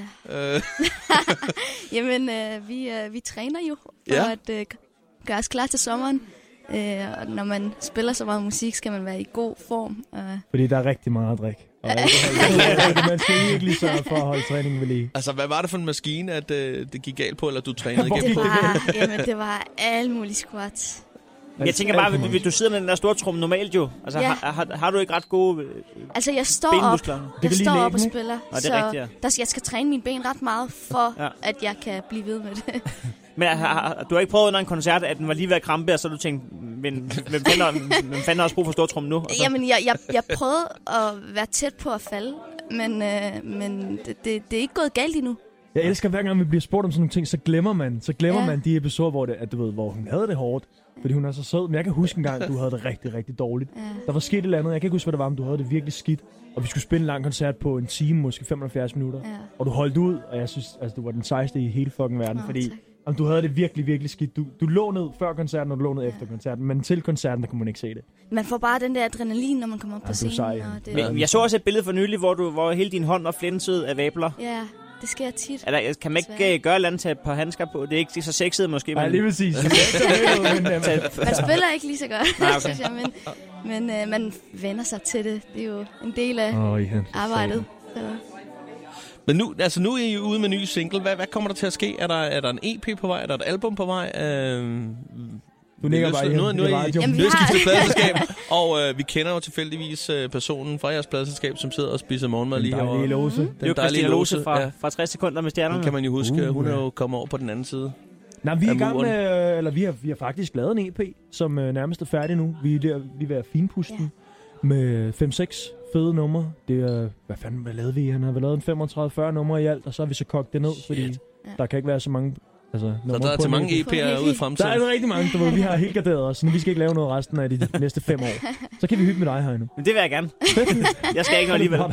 Jamen, vi træner jo for at gøre os klar til sommeren. Og når man spiller så meget musik, skal man være i god form. Fordi der er rigtig meget at drikke. Og alkohol, man skal virkelig sørge for at holde træningen ved lige. Altså, hvad var det for en maskine, at det gik galt på, eller du trænede igennem på? Det var alle mulige squats. Jeg tænker bare, du sidder med den der store trum normalt jo. Altså, ja. har du ikke ret gode benmuskler? Altså, jeg står op og spiller, så jeg skal træne mine ben ret meget, for at jeg kan blive ved med det. Men du har ikke prøvet under en koncert, at den var lige ved at krampe, og så du tænkte, hvem fanden har også brug for stortrum nu? Jamen, jeg prøvede at være tæt på at falde, men det er ikke gået galt endnu. Jeg elsker, hver gang vi bliver spurgt om sådan nogle ting, så glemmer man de episoder, hvor hun havde det hårdt. Fordi hun er så sød. Men jeg kan huske en gang, du havde det rigtig, rigtig dårligt. Ja. Der var skidt et eller andet. Jeg kan ikke huske, hvad det var, men du havde det virkelig skidt. Og vi skulle spille en lang koncert på en time, måske 75 minutter. Ja. Og du holdt ud, og jeg synes, altså, du var den sejeste i hele fucking verden. Fordi du havde det virkelig, virkelig skidt. Du lå ned før koncerten, og du lå ned efter koncerten. Men til koncerten, der kunne man ikke se det. Man får bare den der adrenalin, når man kommer op på scenen. Sej, ja. Men jeg så også et billede for nylig, hvor hele din hånd var flænset af vabler. Ja. Det sker tit. Kan man ikke gøre et eller andet til et par handsker på? Det er ikke så sexet måske. Nej, lige præcis. Man spiller ikke lige så godt, synes jeg, men man vender sig til det. Det er jo en del af arbejdet. Så. Men nu er I ude med en ny single. Hvad kommer der til at ske? Er der en EP på vej? Er der et album på vej? Du nikker bare nu er I skiftet pladeselskab, og vi kender jo tilfældigvis personen fra jeres pladeselskab, som sidder og spiser morgenmad lige herovre. Den dejlige Lose. Det er jo Christina Lose fra 60 sekunder med stjernerne. Den kan man jo huske. Hun er jo kommet over på den anden side. Nej, vi er i gang med, eller vi har faktisk lavet en EP, som nærmest er færdig nu. Vi er ved at finpuste den med 5-6 fede numre. Det er, hvad lavede vi? Han har lavet en 35-40 numre i alt, og så har vi så kogt det ned, fordi der kan ikke være så mange. Altså, så der er til mange EP'er ude i fremtiden. Der er rigtig mange, vi har helt garderet os, så vi skal ikke lave noget resten af de næste 5 år. Så kan vi hygge med dig, Heino. Men det vil jeg gerne. Jeg skal ikke noget alligevel.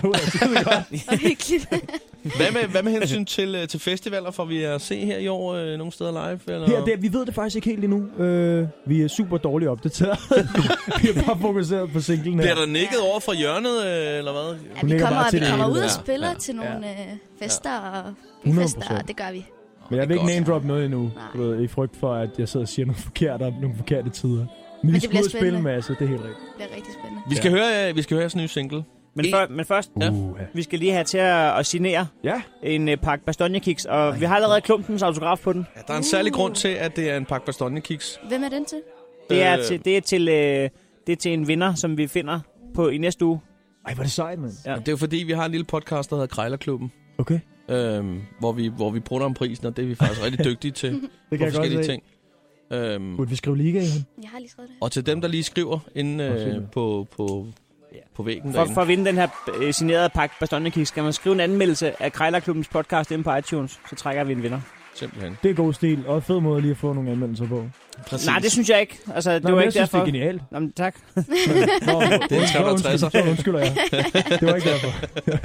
Hvad med hensyn til festivaler, får vi at se her i år nogle steder live? Eller? Her, vi ved det faktisk ikke helt endnu. Vi er super dårligt opdateret. Vi er bare fokuseret på singlen her. Bliver der nikket over fra hjørnet, eller hvad? Ja, vi kommer ud og spiller til nogle fester og byfester, og det gør vi. Men jeg vil ikke name-drop noget endnu, i frygt for, at jeg sidder og siger noget forkert om nogle forkerte tider. Men vi skal ud og spille en masse, det er helt rigtigt. Det bliver rigtig spændende. Vi skal høre sådan en ny single. Men først, vi skal lige have til at signere en pakke Bastogne-kiks, og vi har allerede Klumpens autograf på den. Ja, der er en særlig grund til, at det er en pakke Bastogne-kiks. Hvem er den til? Det er til en vinder, som vi finder i næste uge. Ej, hvor er det sejt, mand. Ja. Det er jo fordi, vi har en lille podcast, der hedder Krejlerklubben. Okay. Hvor vi prutter om prisen, og det er vi faktisk rigtig dygtige til. Det kan på forskellige ting. Burde vi skrive liga i den? Jeg har lige skrevet det. Og til dem, der lige skriver inde på væggen derinde. For at vinde den her signerede pakke Bastogne-kiks, skal man skrive en anmeldelse af Krejlerklubbens podcast inde på iTunes, så trækker vi en vinder. Simpelthen. Det er god stil, og en fed måde lige at få nogle anmeldelser på. Præcis. Nej, det synes jeg ikke. Altså, det var ikke derfor. Det er genialt. Jamen, tak. Det er en 360'er. Så undskylder jeg. Det var ikke derfor.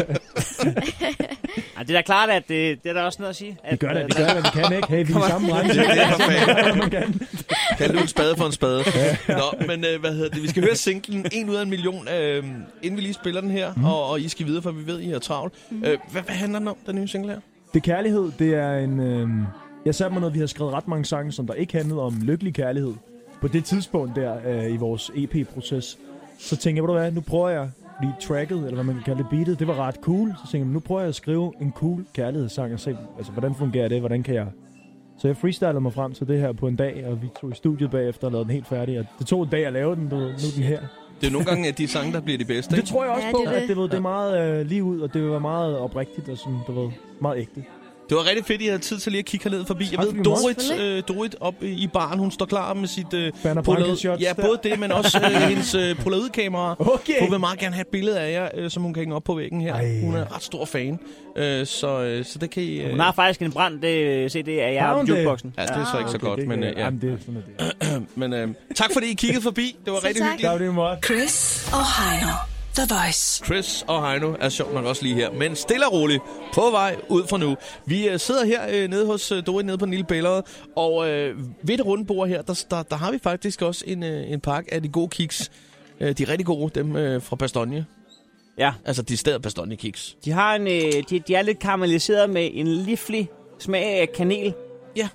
Ej, det er da klart, at det er der også noget at sige. Det gør det, vi kan ikke. Hey, vi er i samme branche. Det er for fanden. Kan du en spade for en spade? Nå, men vi skal høre singlen 1 ud af 1 million, inden vi lige spiller den her, og I skal videre, for vi ved, I er travlt. Hvad handler den om, den nye single her? Det kærlighed, det er en... Jeg satte mig noget, vi har skrevet ret mange sange, som der ikke handlede om lykkelig kærlighed. På det tidspunkt der i vores EP-proces, så tænkte jeg, ved du hvad, nu prøver jeg lige tracket, eller hvad man kan kalde det, beatet, det var ret cool. Så tænkte jeg, nu prøver jeg at skrive en cool kærlighedssang og se, altså, hvordan fungerer det, hvordan kan jeg... Så jeg freestylede mig frem til det her på en dag, og vi tog i studiet bagefter og lavede den helt færdig. Og det tog en dag at lave den, nu er den her. Det er nogle gange de sange, der bliver de bedste, ikke? Det tror jeg også på, at det er meget lige ud, og det var meget oprigtigt og sådan, du ved, meget ægte. Det var rigtig fedt, at I havde tid til lige at kigge herned forbi. Jeg ved, Dorit op i baren, hun står klar med sit polaroid. Ja, både det, men også hendes polaroid-kamera. Okay. Hun vil meget gerne have et billede af jer, som hun kan hænge op på væggen her. Ej. Hun er en ret stor fan, så det kan I... Hun har faktisk en brand CD af jer på jukeboxen. Ja, det er så ikke så godt, men ja. Jamen, det er sådan, men tak fordi I kiggede forbi. Det var rigtig hyggeligt. Chris og Heino. The Voice. Chris og Heino er sjovt nok også lige her, men stille og roligt på vej ud fra nu. Vi sidder her nede hos Dorit, nede på den lille billede, og ved det runde bord her, der har vi faktisk også en pakke af de gode kiks. De er rigtig gode, dem fra Bastogne. Ja. Altså de steder Bastogne kiks. De har de er lidt karamelliseret med en livlig smag af kanel. Ja.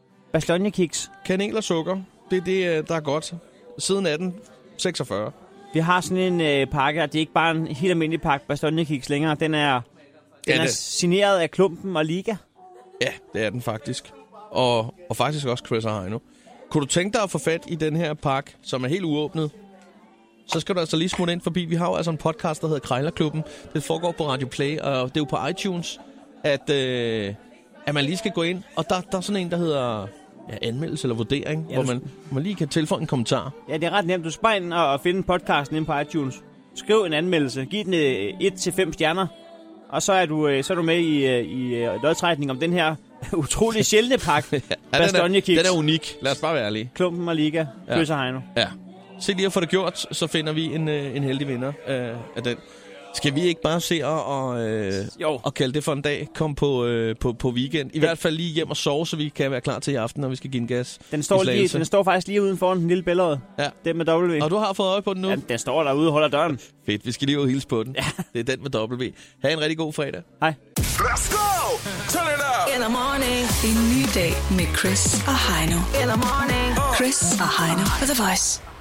Bastogne kiks. Kanel og sukker, det er det, der er godt. Siden 1846. Vi har sådan en pakke, og det er ikke bare en helt almindelig pakke Bastogne-kiks længere. Den er signeret af Klumpen og Liga. Ja, det er den faktisk. Og faktisk også Chris og Heino. Kunne du tænke dig at få fat i den her pakke, som er helt uåbnet? Så skal du altså lige smutte ind forbi. Vi har jo altså en podcast, der hedder Krejlerklubben. Det foregår på Radio Play, og det er jo på iTunes, at man lige skal gå ind. Og der er sådan en, der hedder anmeldelse eller vurdering, hvor man lige kan tilføje en kommentar. Ja, det er ret nemt. Du skal bare ind og finde podcasten ind på iTunes. Skriv en anmeldelse. Giv den 1-5 stjerner. Og så er du med i lodtrækning om den her utrolig sjældne pakke. Bastogne-kiks. Den er unik. Lad os bare være ærlige. Klumpen og Liga. Chris og Heino. Ja. Se lige at få det gjort, så finder vi en heldig vinder af den. Skal vi ikke bare se og kalde det for en dag? Kom på weekend. I hvert fald lige hjem og sove, så vi kan være klar til i aften, når vi skal give en gas. Den står faktisk lige uden foran den lille Bellod. Ja. Den med W. Og du har fået øje på den nu? Ja, den står derude og holder døren. Fedt, vi skal lige ud og hilse på den. Ja. Det er den med W. Ha' en rigtig god fredag. Hej. Let's go! Turn it up! In the morning. En ny dag med Chris og Heino. In the morning. Chris og Heino for The Voice.